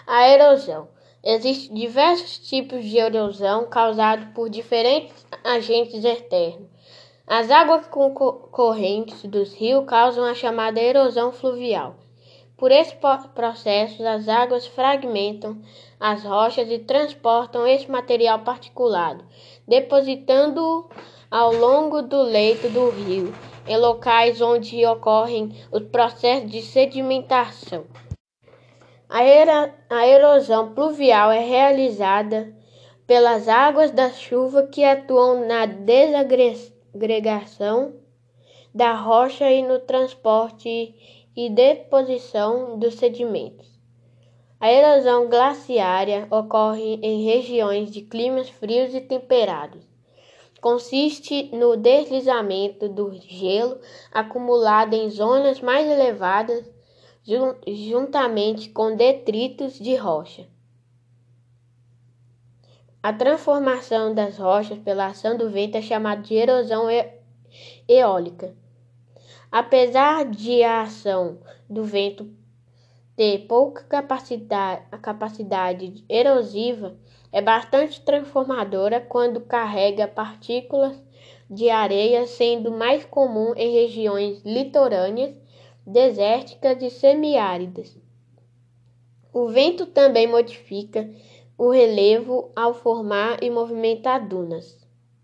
A erosão. Existem diversos tipos de erosão causados por diferentes agentes externos. As águas correntes dos rios causam a chamada erosão fluvial. Por esse processo, as águas fragmentam as rochas e transportam esse material particulado, depositando-o ao longo do leito do rio, em locais onde ocorrem os processos de sedimentação. A erosão pluvial é realizada pelas águas da chuva que atuam na desagregação da rocha e no transporte e deposição dos sedimentos. A erosão glaciária ocorre em regiões de climas frios e temperados. Consiste no deslizamento do gelo acumulado em zonas mais elevadas, juntamente com detritos de rocha. A transformação das rochas pela ação do vento é chamada de erosão eólica. Apesar de a ação do vento ter pouca capacidade erosiva, é bastante transformadora quando carrega partículas de areia, sendo mais comum em regiões litorâneas, desérticas e semiáridas. O vento também modifica o relevo ao formar e movimentar dunas.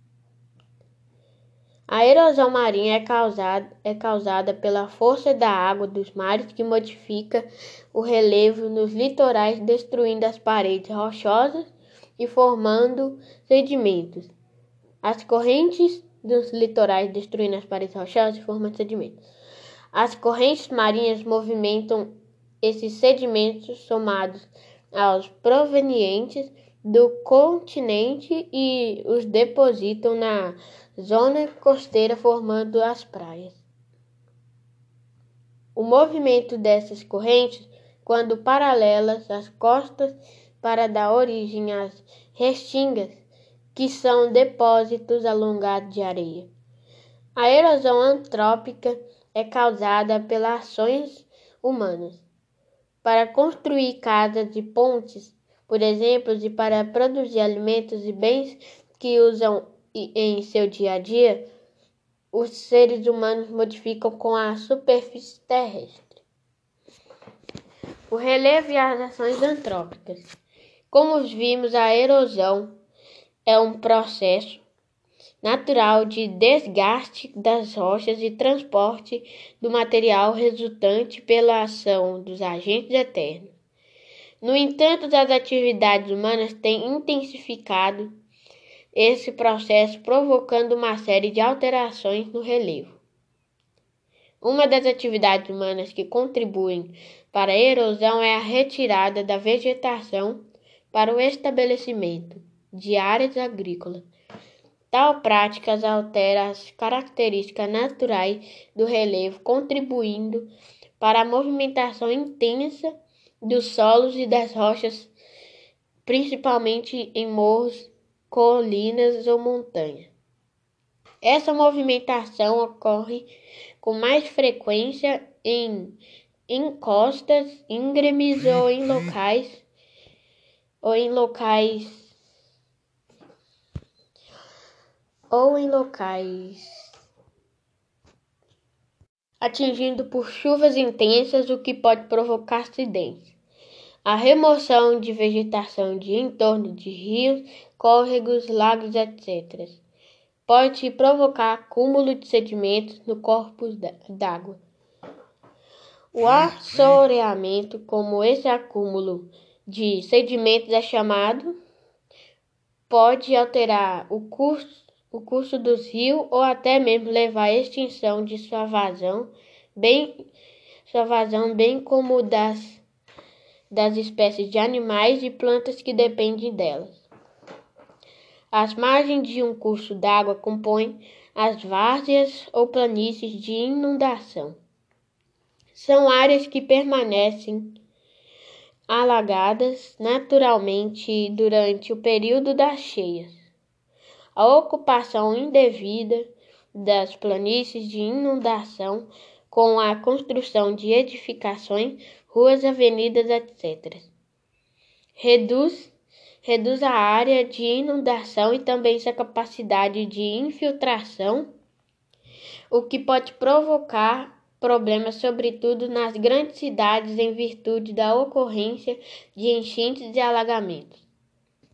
A erosão marinha é causada pela força da água dos mares que modifica o relevo nos litorais, destruindo as paredes rochosas e formando sedimentos. As correntes dos litorais destruindo as paredes rochosas e formando sedimentos. As correntes marinhas movimentam esses sedimentos somados aos provenientes do continente e os depositam na zona costeira, formando as praias. O movimento dessas correntes, quando paralelas às costas, para dar origem às restingas, que são depósitos alongados de areia. A erosão antrópica é causada pelas ações humanas. Para construir casas e pontes, por exemplo, e para produzir alimentos e bens que usam em seu dia a dia, os seres humanos modificam com a superfície terrestre. O relevo e as ações antrópicas. Como vimos, a erosão é um processo natural de desgaste das rochas e transporte do material resultante pela ação dos agentes externos. No entanto, as atividades humanas têm intensificado esse processo, provocando uma série de alterações no relevo. Uma das atividades humanas que contribuem para a erosão é a retirada da vegetação para o estabelecimento de áreas agrícolas. Tal prática altera as características naturais do relevo, contribuindo para a movimentação intensa dos solos e das rochas, principalmente em morros, colinas ou montanhas. Essa movimentação ocorre com mais frequência em encostas íngremes ou em locais atingido por chuvas intensas, o que pode provocar acidentes. A remoção de vegetação de entorno de rios, córregos, lagos, etc. pode provocar acúmulo de sedimentos no corpo d'água. O assoreamento, como esse acúmulo de sedimentos é chamado, pode alterar o curso dos rios ou até mesmo levar à extinção de sua vazão, bem como das espécies de animais e plantas que dependem delas. As margens de um curso d'água compõem as várzeas ou planícies de inundação. São áreas que permanecem alagadas naturalmente durante o período das cheias. A ocupação indevida das planícies de inundação com a construção de edificações, ruas, avenidas, etc. reduz a área de inundação e também sua capacidade de infiltração, o que pode provocar problemas, sobretudo nas grandes cidades, em virtude da ocorrência de enchentes e alagamentos.